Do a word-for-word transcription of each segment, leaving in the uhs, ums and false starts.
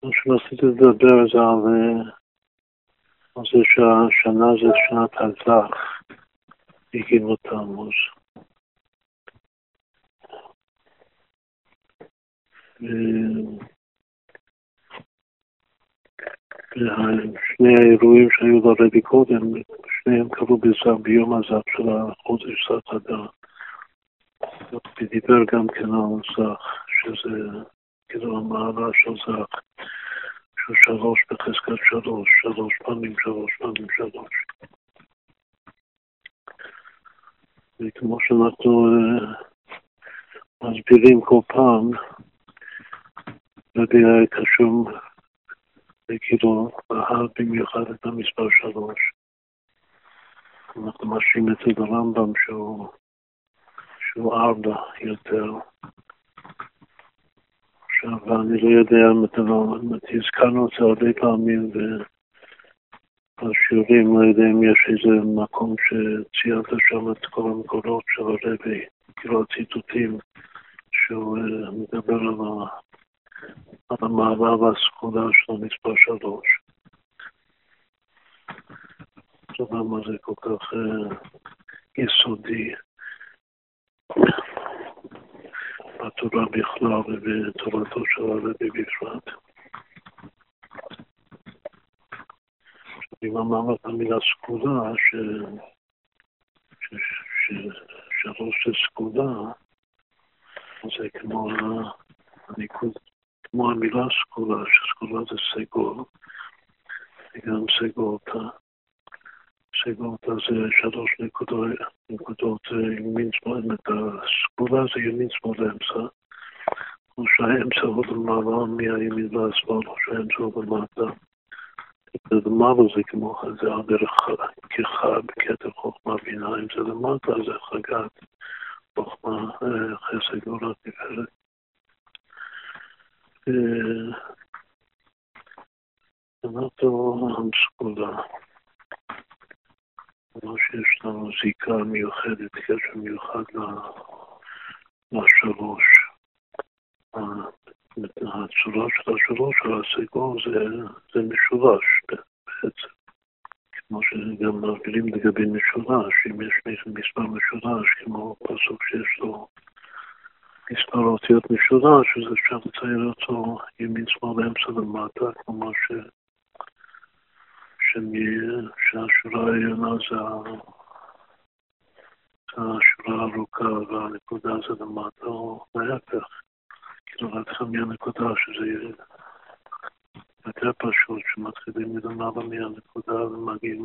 מה שרציתי לדבר זה על זה שהשנה זה שנת הזך, בגימות תמוז. שני האירועים שהיו לרבי קודם, שניהם קרו בזך ביום הזך של החודש זך אדר. ודיבר גם כן על זך, שזה כאילו המעלה של זך, שהוא שלוש בחזקת שלוש, שלוש פעמים שלוש פעמים שלוש. וכמו שאנחנו מסבירים כל פעם, רבי היה קשום וכאילו אהב במיוחד את המספר שלוש. אנחנו משאים את זה לרמב"ם שהוא, שהוא ארבע יותר. עכשיו אני לא יודע אם הזכרנו את זה הרבה פעמים בשיעורים, לא יודע אם יש איזה מקום שציינת שם את כל המקורות של הרבי, כאילו הציטוטים שהוא מדבר על ה... על המעלה והסכולה של המספר שלוש. זאת אומרת, זה כל כך uh, יסודי בתורה בכלל ובתורתו של הרבי בפרט. אם אמרנו את המילה סכולה, ש... ש... ש... שלוש זה סכולה, זה כמו הניקוד, כמו המילה סגולה, שסגולה זה סגול, וגם סגולתה. סגולתה זה שלוש נקודות, נקודות ימין שמאל, הסגולה זה ימין שמאל אמצע, או שהאמצע הוא למעלה מהימין והשמאל, או שהאמצע הוא למטה. למעלה זה כמו, זה הדרך ככה בקטר חוכמה בינה, אם זה למטה זה חגת חוכמה חסד גאולה תפארת. אנחנו הסגולה, כמו שיש לנו זיקה מיוחדת, קשר מיוחד לשלוש. הצורה של השלוש, הסגול זה משולש בעצם. כמו שגם מרגילים לגבי משולש, אם יש מספר משולש, כמו פסוק שיש לו מספר אותיות משולש, אז אפשר לצייר אותו ימין שמאל אמצע למטה, כמו ש... שהשורה העליונה זה השורה הארוכה והנקודה זה למטה, או להפך. כאילו להתחיל מהנקודה שזה יותר פשוט, שמתחילים מלמעלה מהנקודה ומגיעים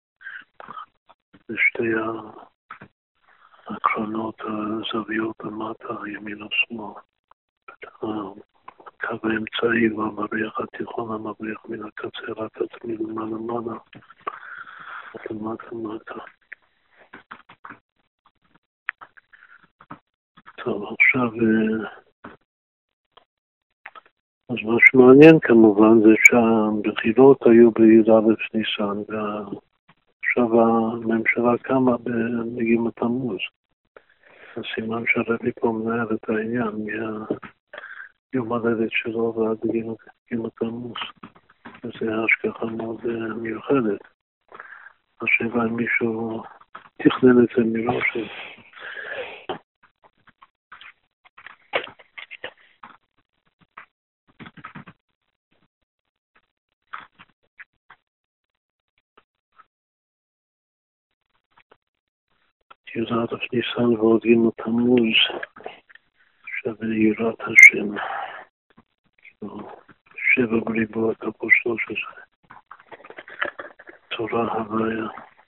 לשתי הקרנות הזוויות למטה, ימין ושמאל. הקו האמצעי והמבריח התיכון המבריח מן הקצה רק תמיד למעלה למעלה, למטה למטה. טוב, עכשיו, אז מה שמעניין כמובן זה שהבחירות היו בי"א ניסן, ועכשיו הממשלה קמה בגימות תמוז. הסימן שהרבי פה מנהל את העניין מהיום הולדת שלו ועד גימות תמוז. וזה השכחה מאוד מיוחדת. השאלה אם מישהו תכנן את זה מראש. י"א ניסן ועוד גימות תמוז שווה יראת השם. שבע בריבוע כפו שלוש עשרה. תורה הוויה.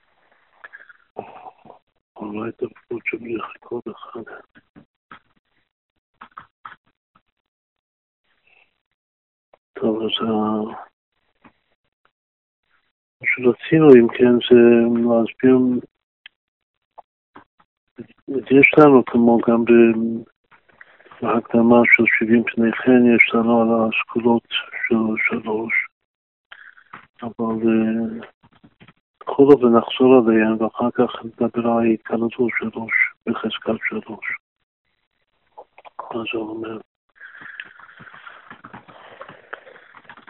אולי תפות שבלי חיקות אחד. טוב, אז מה שרצינו אם כן זה להסביר, יש לנו כמו גם בהקדמה של שבעים פני חן, יש לנו על הסגולות של שלוש, אבל בכל זאת נחזור עליהן ואחר כך נדבר על ההתקלטות שלוש בחזקת שלוש. מה זה אומר?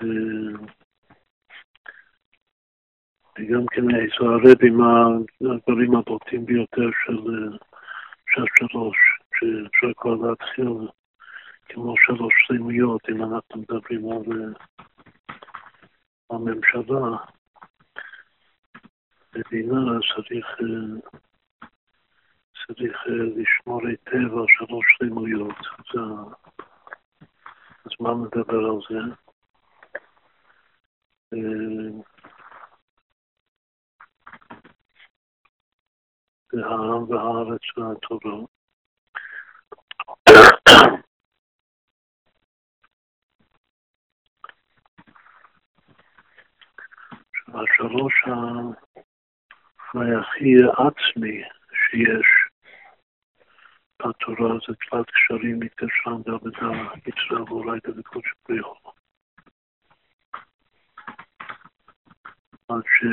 וגם כן איזו הרב עם הדברים הבוטים ביותר של שעה שלוש, שאפשר כבר להתחיל כמו שלוש סמיות, אם אנחנו מדברים על הממשלה, מדינה צריך, צריך לשמור היטב על שלוש סמיות. אז מה נדבר על זה? זה העם והארץ והתורה. השלוש היחיד עצמי שיש בתורה זה תלת קשרים מתקשרם בעבודה מצווה ואולי דבקות שבריחו. עד ש...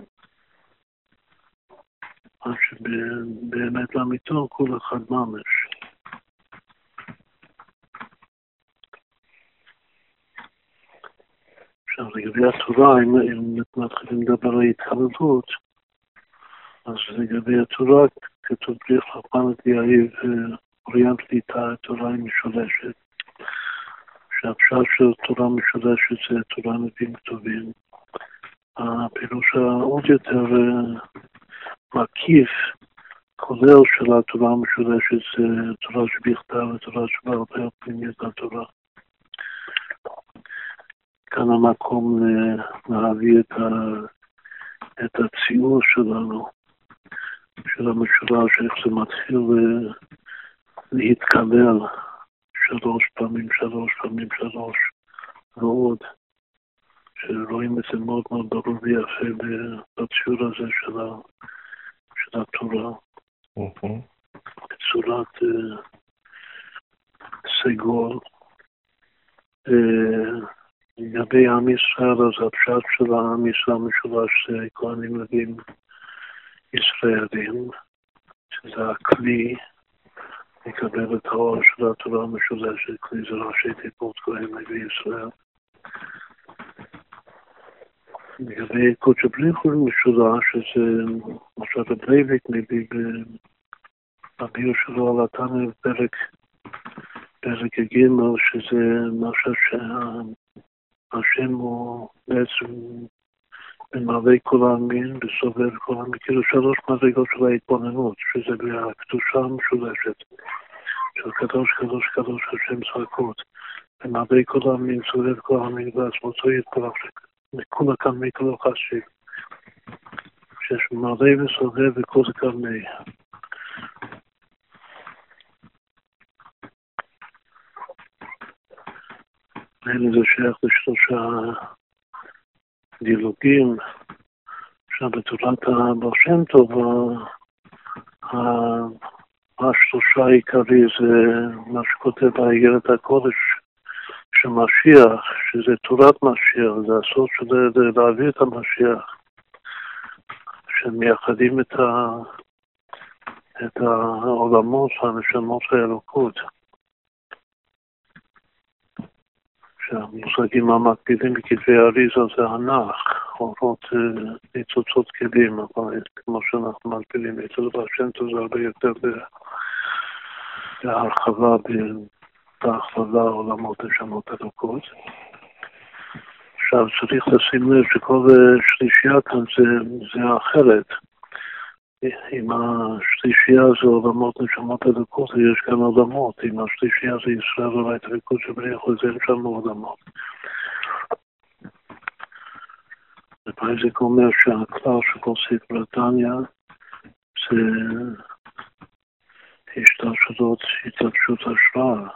עד שבאמת לאמיתו כל אחד ממש. עכשיו לגבי התורה, אם, אם מתחילים לדבר על התחלבות, אז לגבי התורה כתוב בלי חפן את יאיב אוריינטלי את התורה המשולשת. שהפשט של תורה משולשת זה תורה נביאים כתובים. הפירוש העוד יותר מקיף, כולל של התורה המשולשת זה תורה שבכתב ותורה שבעל פה פנימית התורה. כאן המקום להביא את, ה, את הציור שלנו, של המשולש, איך זה מתחיל להתקבל שלוש פעמים, שלוש פעמים, שלוש ועוד, שרואים את זה מאוד מאוד ברור ויפה בציור הזה של, ה, של התורה, בצורת uh, סגול. Uh, לגבי עם ישראל, אז הפשט של העם ישראל משולש זה כהנים לוויים ישראלים, שזה הכלי לקבל את האור של התורה המשולשת, כלי זה ראשי תיבות כהן לוי ישראל. לגבי קודש בריחו משולש, שזה מה שהרב לייביק מביא בביור שלו על התנא בפרק פרק ג', שזה משהו שהשם הוא בעצם במעלה כל העמים, בסובב כל העמים, כאילו שלוש מדרגות של ההתבוננות, שזה הקדושה המשולשת, של קדוש קדוש קדוש השם צעקות, במעלה כל העמים, סובב כל העמים, ועצמותו יתברך, מכולה כאן מכלו חשיב, שיש מעלה וסובב וכל זה כאן מי. אלה זה שייך לשלושה דיאלוגים, עכשיו בתורת הבעל שם טוב, השלושה העיקרי זה מה שכותב באיגרת הקודש של משיח, שזה תורת משיח, זה הסוד של להביא את המשיח, שמייחדים את, ה, את העולמות והנשמות האלוקות. שהמושגים המקבילים בכתבי האריזה זה הנח, אורות ניצוצות כלים, אבל כמו שאנחנו מקבילים, אצל הבעל שם טוב זה הרבה יותר בהרחבה, בהכללה עולמות נשמות אלוקות. עכשיו צריך לשים לב שכל שלישייה כאן זה, זה אחרת. עם השלישייה זה עולמות נשמות אלוקות, יש כאן עולמות, עם השלישייה זה ישראל אולי דבקות שבריחו, זה אין שם עולמות. ובאיזק אומר שהכלל של כל ספר התניא זה השתלשלות, התלבשות השראה.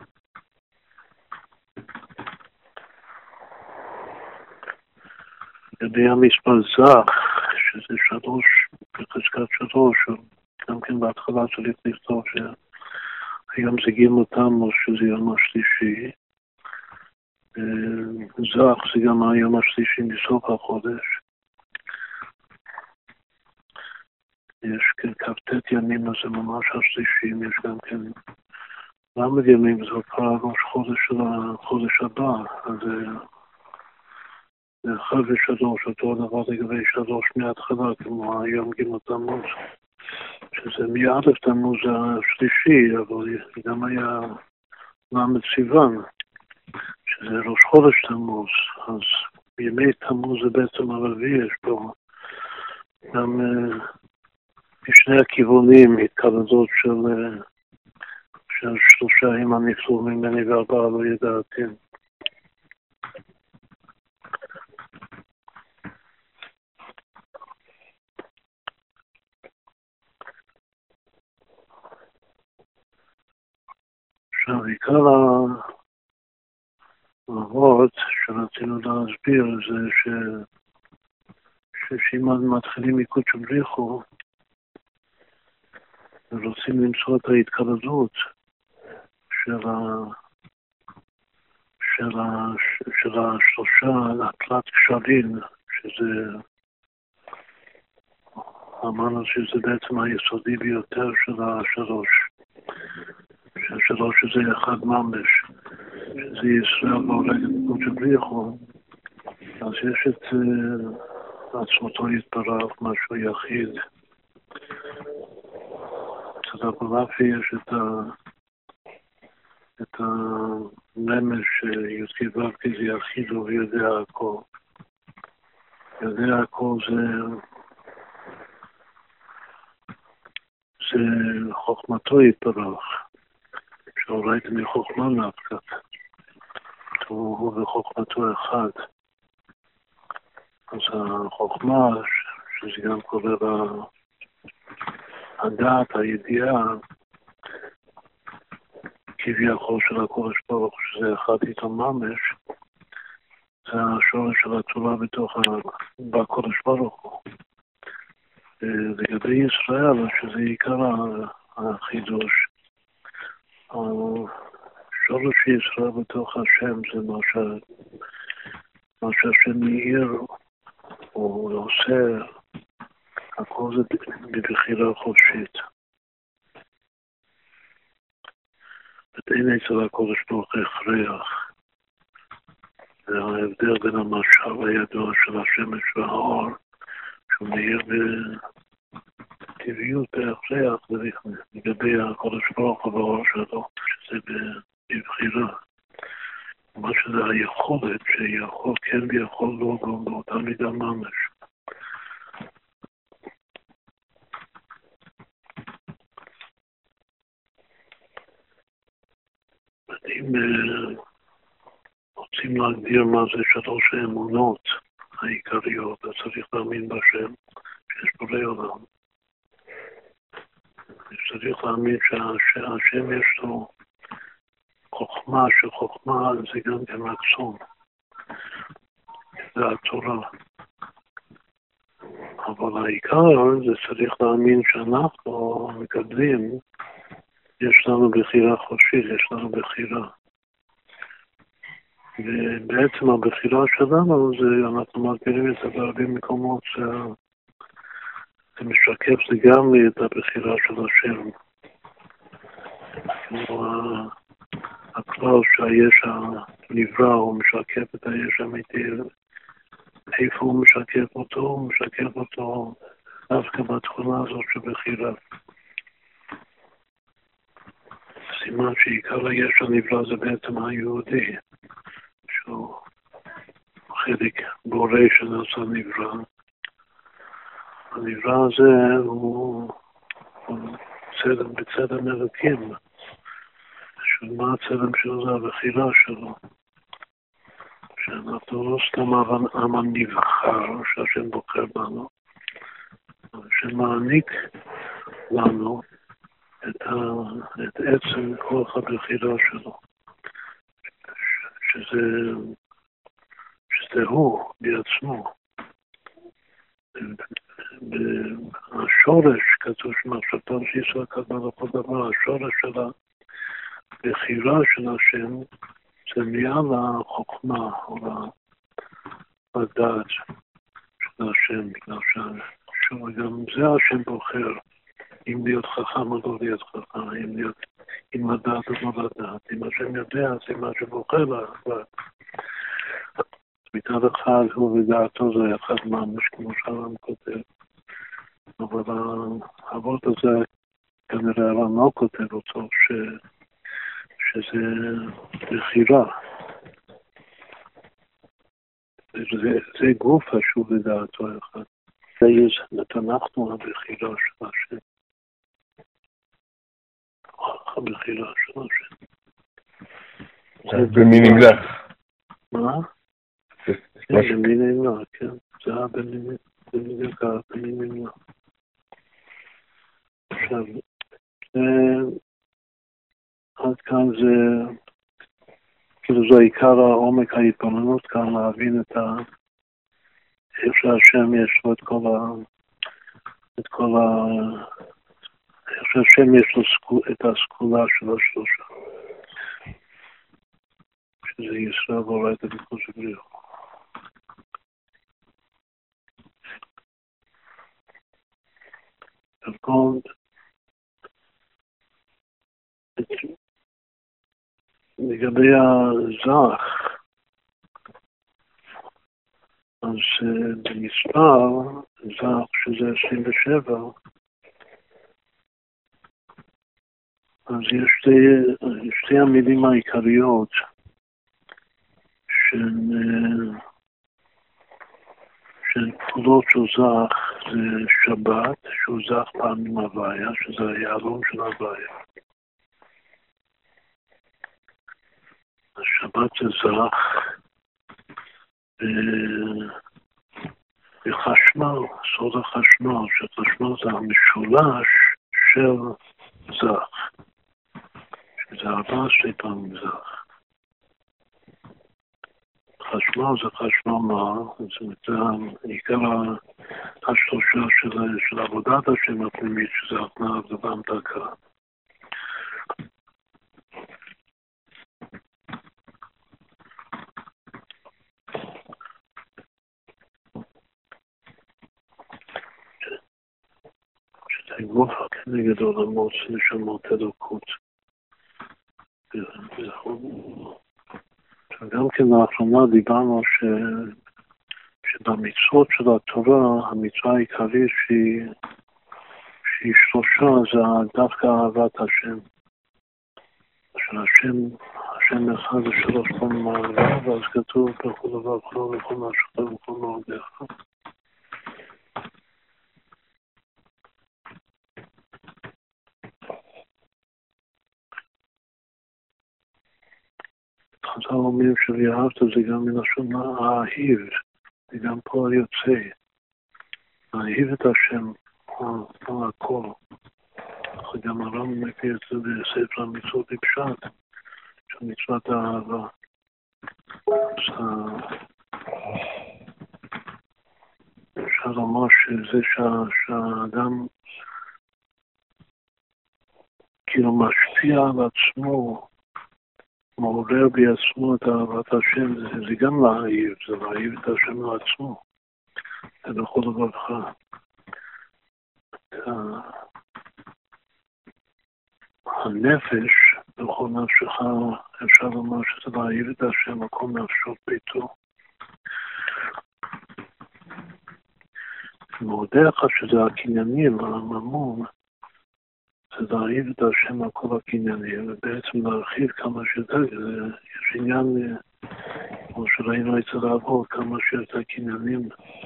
לגבי המספר זך, שזה שלוש, בחזקת שלוש, גם כן בהתחלה צריך לכתוב שהיום זה גימל תמוז, שזה יום השלישי. זך זה גם היום השלישי מסוף החודש. יש כן כ"ט ימים, אז זה ממש השלישים, יש גם כן למד ימים, זה כבר ראש חודש של החודש הבא, אז אחד ושלוש, אותו דבר לגבי שלוש מההתחלה, כמו היום ג' תמוז, שזה מא' תמוז השלישי, אבל גם היה למד סיוון, שזה ראש חודש תמוז, אז בימי תמוז זה בעצם הרביעי, יש פה גם משני הכיוונים התקלדות של, של שלושה הימים הנפלו ממני וארבעה לא ידעתם. עכשיו, עיקר ההוראות שרצינו להסביר זה ש... שאם מתחילים מקודש בריחו ורוצים למצוא את ההתקלדות של, ה... של, ה... של השלושה התלת כשלים, שזה אמרנו שזה בעצם היסודי ביותר של השלוש. שהשלוש הזה אחד ממש, שזה ישראל והולך בקודש בריחו, אז יש את uh, עצמותו יתברך, משהו יחיד. אצל הבלפי יש את, ה, את הנמש שיוצא בבקי זה יחיד ויודע הכל. יודע הכל זה, זה חוכמתו יתברך. שאולי מחוכמה נפקת, הוא וחוכמתו אחד. אז החוכמה, שזה גם כולל הדעת, הידיעה, כביכול של הקודש ברוך, שזה אחד איתו ממש, זה השורש של התורה בתוך הקודש ברוך. לגבי ישראל, שזה עיקר החידוש, השורש ישראל בתוך השם זה מה, ש... מה שהשם מאיר או עושה, הכל זה בבחירה חופשית. אין אצל הקודש ברוך הכרח. זה ההבדל בין המשל הידוע של השמש והאור, שהוא מאיר בטבעיות בהכרח לגבי הקודש ברוך והאור שלו, שזה בבחירה. מה שזה היכולת שיכול כן ויכול לא גם באותה מידה ממש. אם רוצים להגדיר מה זה שלוש האמונות העיקריות, אז צריך להאמין בשם, שיש בורא עולם. צריך להאמין שהשם יש לו חוכמה, שחוכמה זה גם כן רצון. זה התורה. אבל העיקר זה צריך להאמין שאנחנו מקבלים, יש לנו בחירה חופשית, יש לנו בחירה. ובעצם הבחירה שלנו זה, אנחנו מכירים את זה בהרבה מקומות, זה, זה משקף לגמרי את הבחירה של השם. כמו הכלל שהיש הנברא הוא משקף את היש האמיתי, איפה הוא משקף אותו? הוא משקף אותו דווקא בתכונה הזאת שבחירה. סימן שעיקר היש הנברא זה בעצם היהודי, שהוא חלק בורא שנעשה נברא. הנברא הזה הוא, הוא צלם בצלם אלוקים. מה הצלם שלו זה הבחירה שלו. שאנחנו לא סתם עם הנבחר שהשם בוחר בנו, שמעניק לנו את, ה, את עצם כוח הבחירה שלו. שזה, שזה הוא בעצמו. השורש, כתוב שמחשבתו שישראל קדמה לכל דבר, השורש של הבחירה של השם זה מעל החוכמה או הדעת של השם, בגלל שגם זה השם בוחר, אם להיות חכם או לא להיות חכם, אם להיות עם הדעת או לא לדעת. אם השם יודע, זה מה שבוחר לה. מצד אחד הוא ודעתו זה אחד ממש כמו שהר"ם כותב, אבל העבוד הזה כנראה הר"ם לא כותב אותו ש... שזה בחירה. זה, זה גוף חשוב לדעתו אחד. זה אנחנו הבחירה של השם. הבחירה של השם. במי נמלך. מה? במי נמלך, כן. זה היה במי נמלך. עכשיו, עד כאן זה, כאילו זה עיקר העומק ההתבוננות כאן, להבין את ה... איך שהשם יש לו את כל ה... את כל ה... איך שהשם יש לו סקו... את הסקולה של השלושה. שזה ישראל ואורייתא וקודש ובריאה. עכשיו כל... לגבי הזך, אז במספר, זך שזה עשרים ושבע, אז יש שתי, שתי המילים העיקריות שהן, שהן כפולות של זך, זה שבת, שהוא זך פעמים הוויה, שזה היעלום של הוויה. השבת זה זך וחשמל, סוד החשמל, שחשמל זה המשולש של זך, שזה ארבע עשרה פעמים זך. חשמל זה חשמל מה, זה עיקר השלושה של, של עבודת השם הפנימית, שזה התנאה ובהמתקה. גוף כנגד עולמות נשמות אלוקות. וגם כן לאחרונה דיברנו ש... שבמצוות של התורה, המצווה העיקרית שהיא, שהיא שלושה, זה דווקא אהבת השם. שהשם, השם אחד ושלוש פעמים אהבה, ואז כתוב בכל דבר בכל וכל משהו ובכל מאודיך. חז"ל אומרים שאהבת זה גם מלשון האהיב, זה גם פועל יוצא. האהיב את השם על הכל. גם הר"ם מביא את זה בספר המצוות בפשט, של מצוות האהבה. אפשר לומר שזה שהאדם כאילו משפיע על עצמו, מעורר בעצמו את אהבת השם, זה, זה גם להאהיב, זה להאהיב את השם לעצמו. זה בכל דבר. הנפש, בכל נפשך, אפשר לומר שזה להאהיב את השם, הכל נפשות ביתו. מעודך שזה הקניינים, הממון, זה להאהיב את השם על כל הקניינים, ובעצם להרחיב כמה שיותר, יש עניין, כמו שראינו אצל העבור, כמה שיותר קניינים,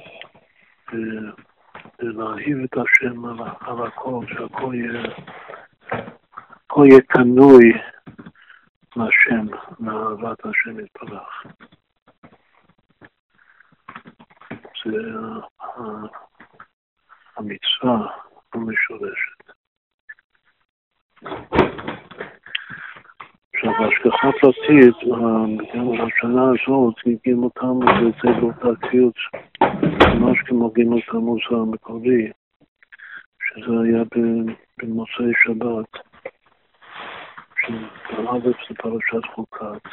ולהאהיב את השם על, על הכל, שהכל יהיה, הכל יהיה קנוי לשם, לאהבת השם יתברך. זה המצווה המשולשת. עכשיו, בהשגחה פרטית, השנה הזאת, גילים אותנו וזה באותה קביעות, ממש כמו גילים אותנו זה המקורי, שזה היה במוצאי שבת, שבאלף זה פרשת חוקת.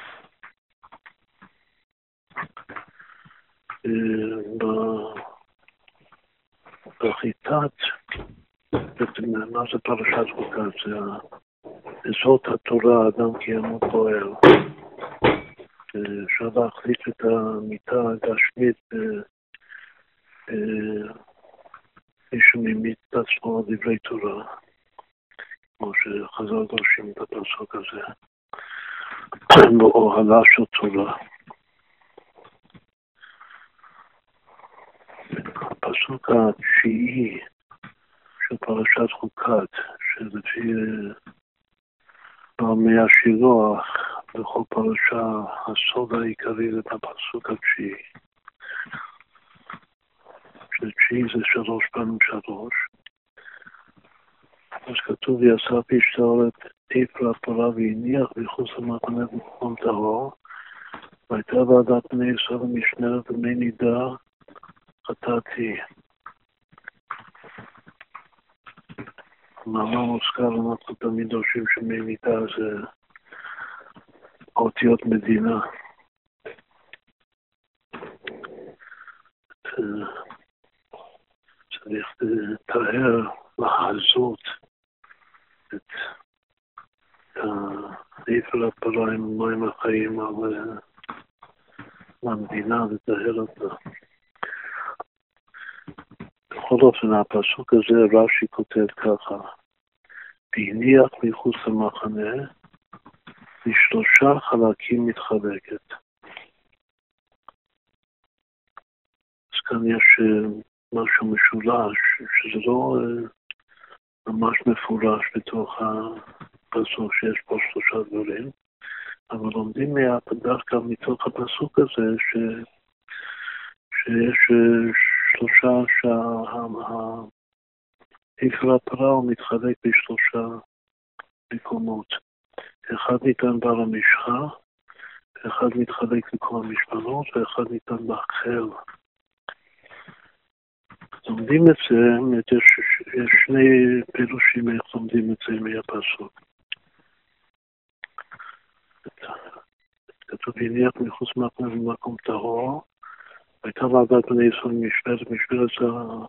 בחיטת, מה זה פרשת חוקת? זה זאת התורה, אדם כי ימות פועל. אפשר להחליף את המיטה, את השמיט, מישהו ממית את עצמו על דברי תורה, כמו שחז"ל דורשים את הפסוק הזה, באוהלה של תורה. הפסוק התשיעי של פרשת חוקת, שלפי נעמי השילוח, בכל פרשה הסוד העיקרי זה בפסוק התשיעי. שתשיעי זה שלוש פעמים שלוש. אז כתוב יעשה פשתורת תפרע פרה והניח מחוץ למחנה במקום טהור, והייתה ועדת בני ישראל המשמרת במי נידה חטאתי. מאמר מוזכר, אנחנו תמיד דורשים שמי נידה זה אותיות מדינה. צריך לתאר, לחזות את תפרע פרה עם מים החיים על המדינה, לתאר אותה. בכל אופן, הפסוק הזה רש"י כותב ככה: והניח מחוץ למחנה לשלושה חלקים מתחלקת. אז כאן יש משהו משולש, שזה לא ממש מפורש בתוך הפסוק שיש פה שלושה דברים, אבל לומדים דווקא מתוך הפסוק הזה ש... שיש שלושה שהתפרע פרה הוא מתחלק בשלושה מקומות. אחד ניתן בעל המשחה, אחד מתחלק לכל המשמרות, ואחד ניתן באחר. לומדים את זה, יש, יש שני פירושים איך לומדים את זה מהפסוק. כתוב הניח מחוץ מחנה במקום טהור, הייתה ועדת בני ישראל משמרת, משמרת זה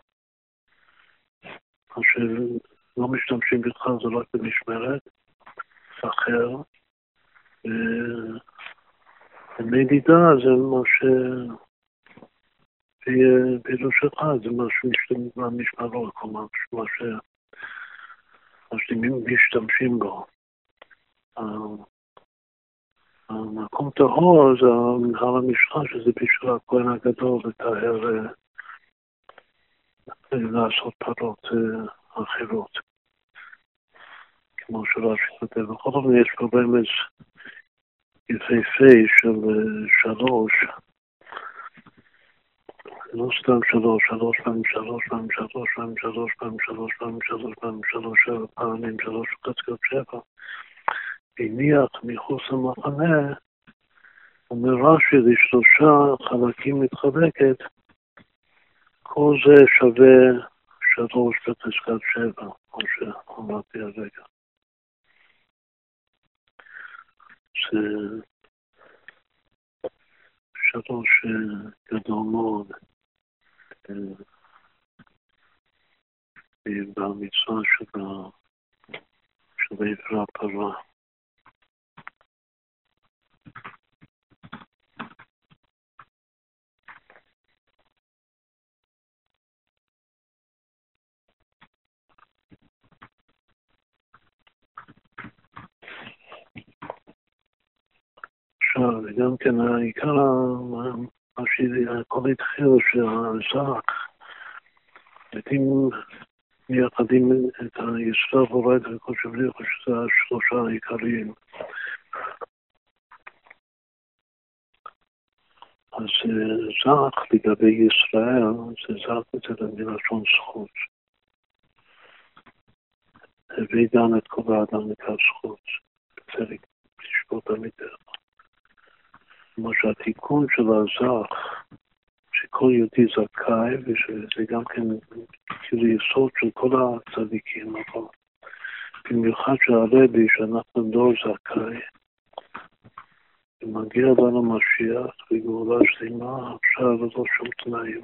מה שלא משתמשים בכלל, זה רק במשמרת, אחר. ומדידה זה מה ש... פירוש אחד, זה מה שמשתמשים במשמרות, כלומר, מה שמשתמשים בו. המקום טהור זה המנהל המשחה, שזה בשביל הכהן הגדול לטהר, לעשות פרות אחרות. כמו שרש"י כותב. בכל זאת יש פה באמת יפהפה של שלוש, לא סתם שלוש, שלוש פעמים שלוש פעמים שלוש פעמים שלוש פעמים שלוש פעמים שלוש פעמים שלוש פעמים שלוש חציות שבע. הניח מחוץ למחנה, אומר רש"י, לשלושה חלקים מתחלקת, כל זה שווה שלוש בחזקת שבע, כמו שאמרתי הרגע. זה שלוש גדול מאוד במצווה של עברה פרה. וגם כן העיקר, מה שהכל התחיל שהזק, לעתים מייחדים את הישראל הורית וכל שבריך, שזה השלושה העיקריים. אז זק לגבי ישראל, זה זק את מלשון זכות. הביא גם את כל האדם לכף זכות, בצדק תשפוט עמיתך. כמו שהתיקון של הזך, שכל יהודי זכאי, וזה גם כן כאילו יסוד של כל הצדיקים, אבל במיוחד שהרבי, שאנחנו דור זכאי, ומגיע לנו משיח וגאולה שלמה, עכשיו לא שום תנאים.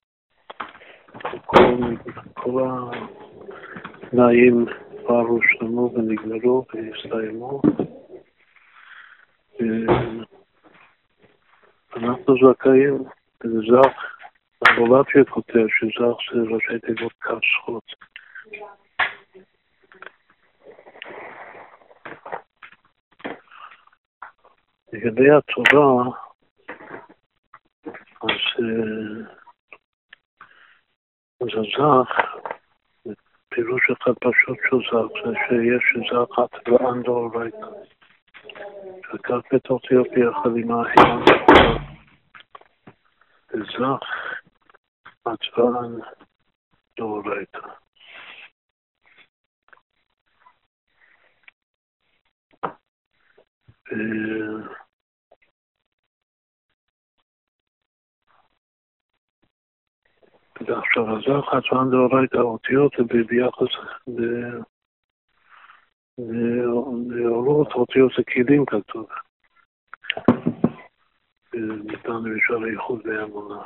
כל, כל התנאים כבר הושלמו ונגמרו והסתיימו. אנחנו זכאים, זה זך, הבולטיה כותב שזך זה ראשי תיבות קו זכות. לגבי התורה, אז, אז הזך, פירוש אחד פשוט של זך, זה שיש זך התרען דאורייתא. וכך בתורתיות ביחד עם האחים. זך התרען דאורייתא. ועכשיו הזך התרען דאורייתא, האותיות ביחס לעולות אותיות זה כלים כתוב. ניתן למשל הייחוד באמונה.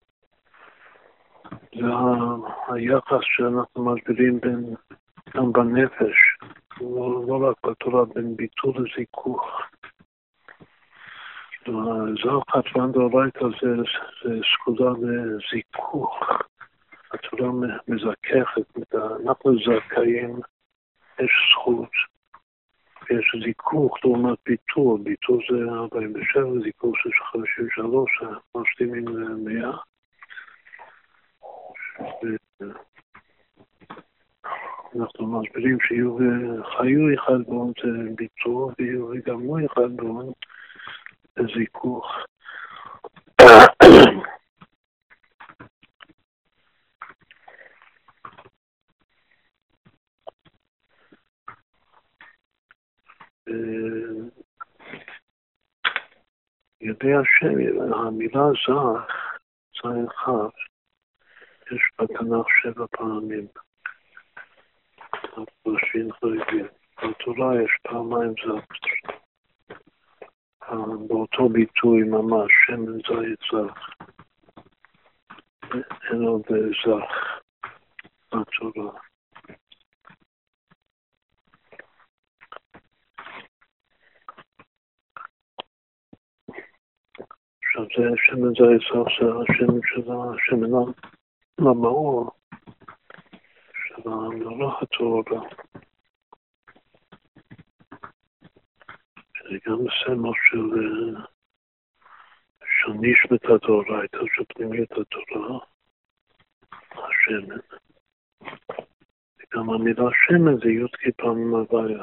זה היחס שאנחנו מסבירים בין, גם בנפש, לא, לא רק בתורה, בין ביטול לזיכוך. זך התרען דאורייתא זה, זה סגולה לזיכוך. התורה מזככת, אנחנו זכאים, יש זכות, יש זיכוך לעומת ביטול, ביטול זה ארבעים ושבע, זיכוך זה חמישים ושלוש, משלימים מאה. אנחנו מסבירים שיהיו חיו אחד בון זה ביטול, ויהיו גם לא אחד בון זה זיכוך. ידי השם, המילה זך, זין חף, יש בתנ"ך שבע פעמים. בשין חריגים. בתורה יש פעמיים זך. באותו ביטוי ממש, שמן זית זך. אין עוד זך בתורה. עכשיו זה שמן זית זך, זה השמן של השמן למאור. המלאכה התורה, שזה גם סמל של, של נשמת הדאורייתא, של פנימיות התורה, השמן. וגם המילה שמן זה יודקי פעם הוויה.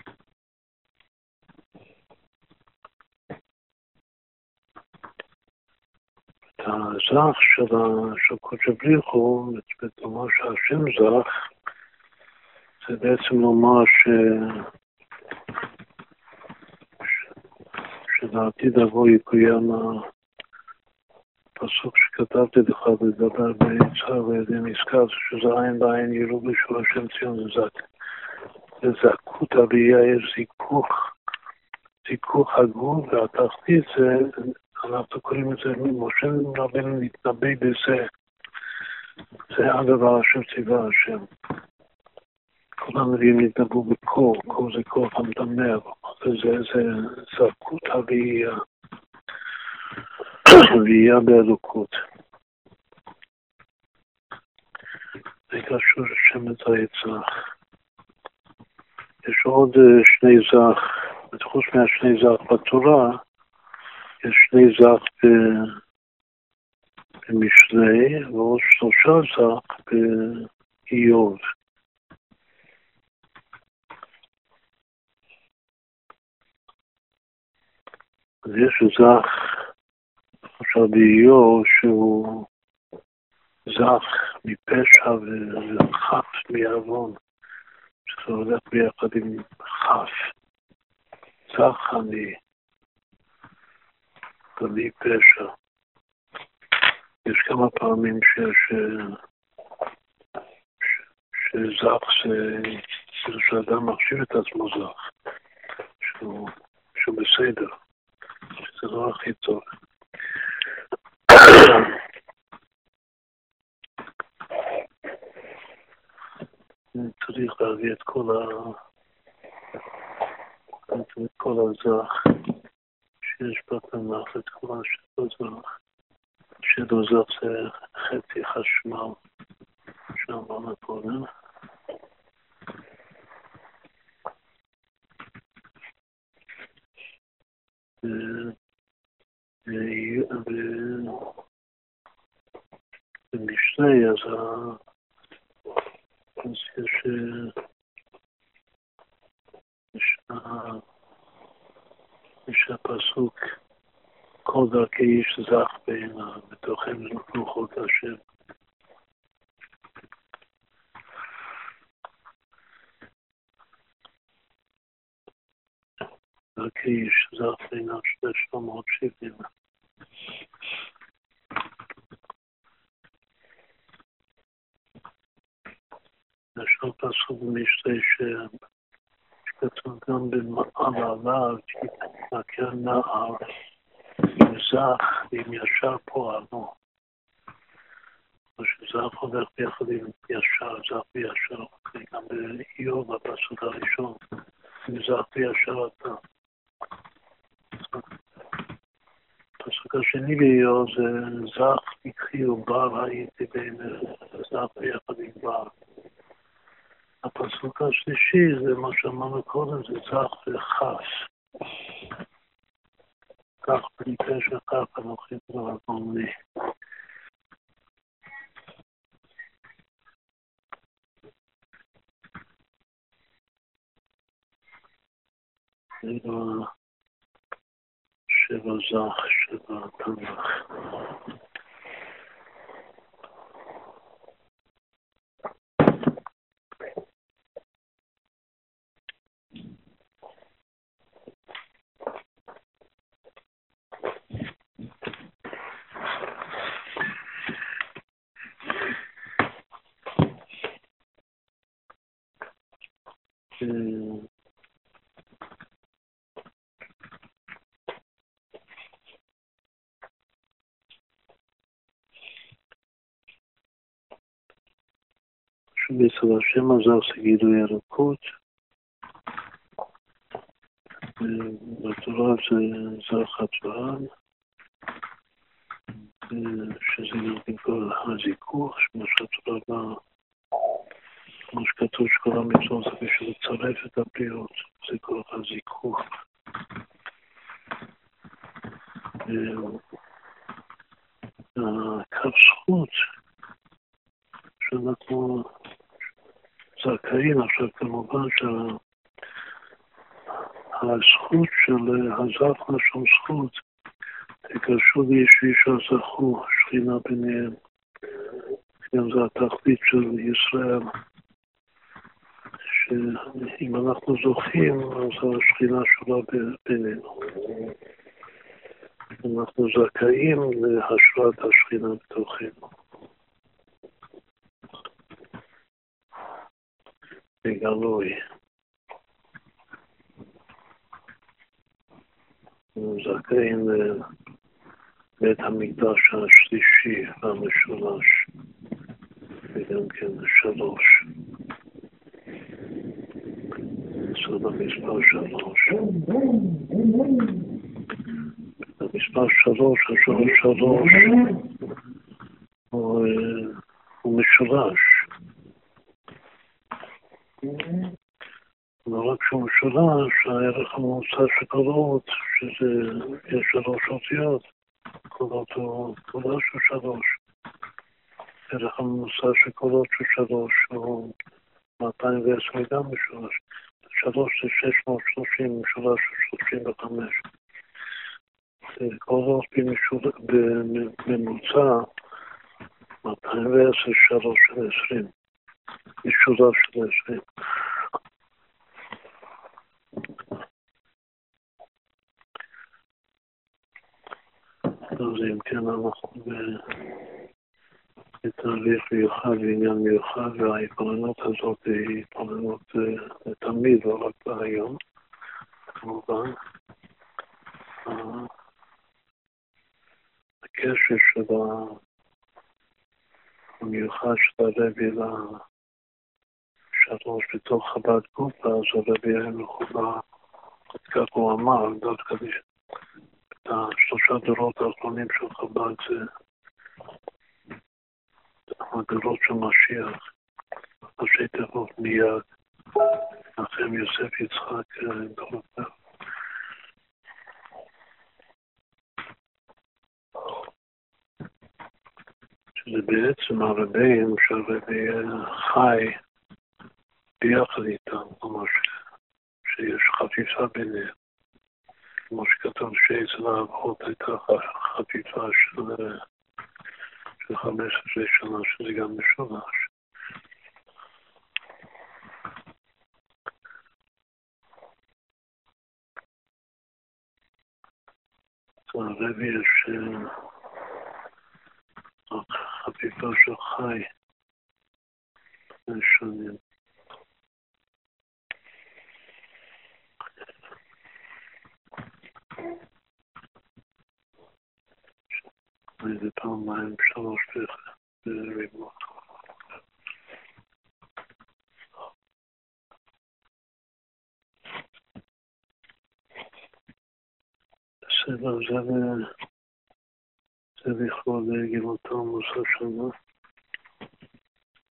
את הזך של קודש בריחו, כלומר שהשם זך, זה בעצם לומר ש... שלעתיד אבוא יקוים הפסוק שכתבתי לך לדבר ביצהר וידי נזכר, שזה עין בעין יראו בשביל השם ציון זק. זה זכות הראייה, יש זיכוך, זיכוך הגבול, והתחתית זה, אנחנו קוראים את זה, משה רבנו מתנבא בזה, זה הדבר אשר ציווה השם. כל הנביאים נתנבאו בקול, קול זה קול המדמר, זה זכות הראייה, ראייה באלוקות. זה קשור לשמן זית זך. יש עוד שני זך, חוץ מהשני זך בתורה, יש שני זך במשלי, ועוד שלושה זך באיוב. אז יש זך, עכשיו באיוב, שהוא זך מפשע וחף מעוון, שזה הולך ביחד עם חף. זך אני, בלי פשע. יש כמה פעמים שיש, שזך זה, כאילו שאדם מחשיב את עצמו זך, שהוא, שהוא בסדר. זה לא הכי טוב. צריך להביא את כל ה... את כל הזך שיש בתנ"ך, את כל שדוזות זה חצי חשמל שאמרנו קודם. במשלי, אז יש הפסוק כל דרכי איש זך בעיניו, בתוכם לוחות השם. דרכי איש זך בעיניו שלוש מאות שבעים. יש עוד פסוק במשלי שכתוב גם במעלה, מכיר נער, עם זך ועם ישר פועלו. שזך הולך ביחד עם ישר, זך וישר, גם באיוב הפסוק הראשון, עם זך וישר אתה. הפסוק השני באיוב זה זך מקחי ובר הייתי בין זך ביחד עם בר. הפסוק השלישי זה מה שאמרנו קודם, זה זך וחס. כך בנקרא שכך אנוכי ברבון לי. זה שבע זך, שבע תנ"ך. שבעצם השם הזה זה גילוי אלוקות, בתורה זה זך הצבען, שזה גם כל הזיכוך, שמה שהתורה באה, כמו שכתוב שכל המצוות זה בשביל לצרף את הבריות, זה כל הזיכוך. הקו זכות, שאנחנו זכאים עכשיו כמובן שהזכות של הזך לשום זכות תקשו לאיש ואישה זכו, שכינה ביניהם. גם זה התכלית של ישראל, שאם אנחנו זוכים אז השכינה שלה בינינו. אנחנו זכאים להשראת השכינה בתוכנו. בגלוי. זכאים לבית המקדש השלישי והמשולש, וגם כן שלוש. זאת המספר שלוש. המספר שלוש, השלוש שלוש, הוא, הוא משולש. לא רק שהוא משולש, הערך הממוצע של קולות, שזה יש שלוש אותיות, קולות הוא קולה של שלוש. הערך הממוצע של קולות של שלוש הוא מאתיים ועשרים גם משולש. שלוש זה שש מאות ושלושים, משולש של שלושים וחמש. קולות בממוצע מאתיים ועשר, שלוש של עשרים. משולש של עשרים. אז אם כן אנחנו בתהליך מיוחד ועניין מיוחד, וההתפלנות הזאת היא התפלנות תמיד, לא רק בהיום, כמובן. הקשר של המיוחד של הרבי לשלוש בתוך חב"ד גופה, אז הרבי היה מחובר, כך הוא אמר, דווקא את השלושה דורות האחרונים של חב"ד, זה הגלות של משיח, ראשי תיבות מיד, אחם יוסף יצחק דרופר. שזה בעצם הרבים שהרבי חי ביחד איתם, ממש שיש חפיפה ביניהם. כמו שכתוב שאצל האבות הייתה חפיפה של, של חמש עשרה שנה, שזה גם משולש. הרבי יש חפיפה של חי שונים. איזה פעמיים שלוש בריבות. בסדר, זה לכבוד גילותו מוסר שנה.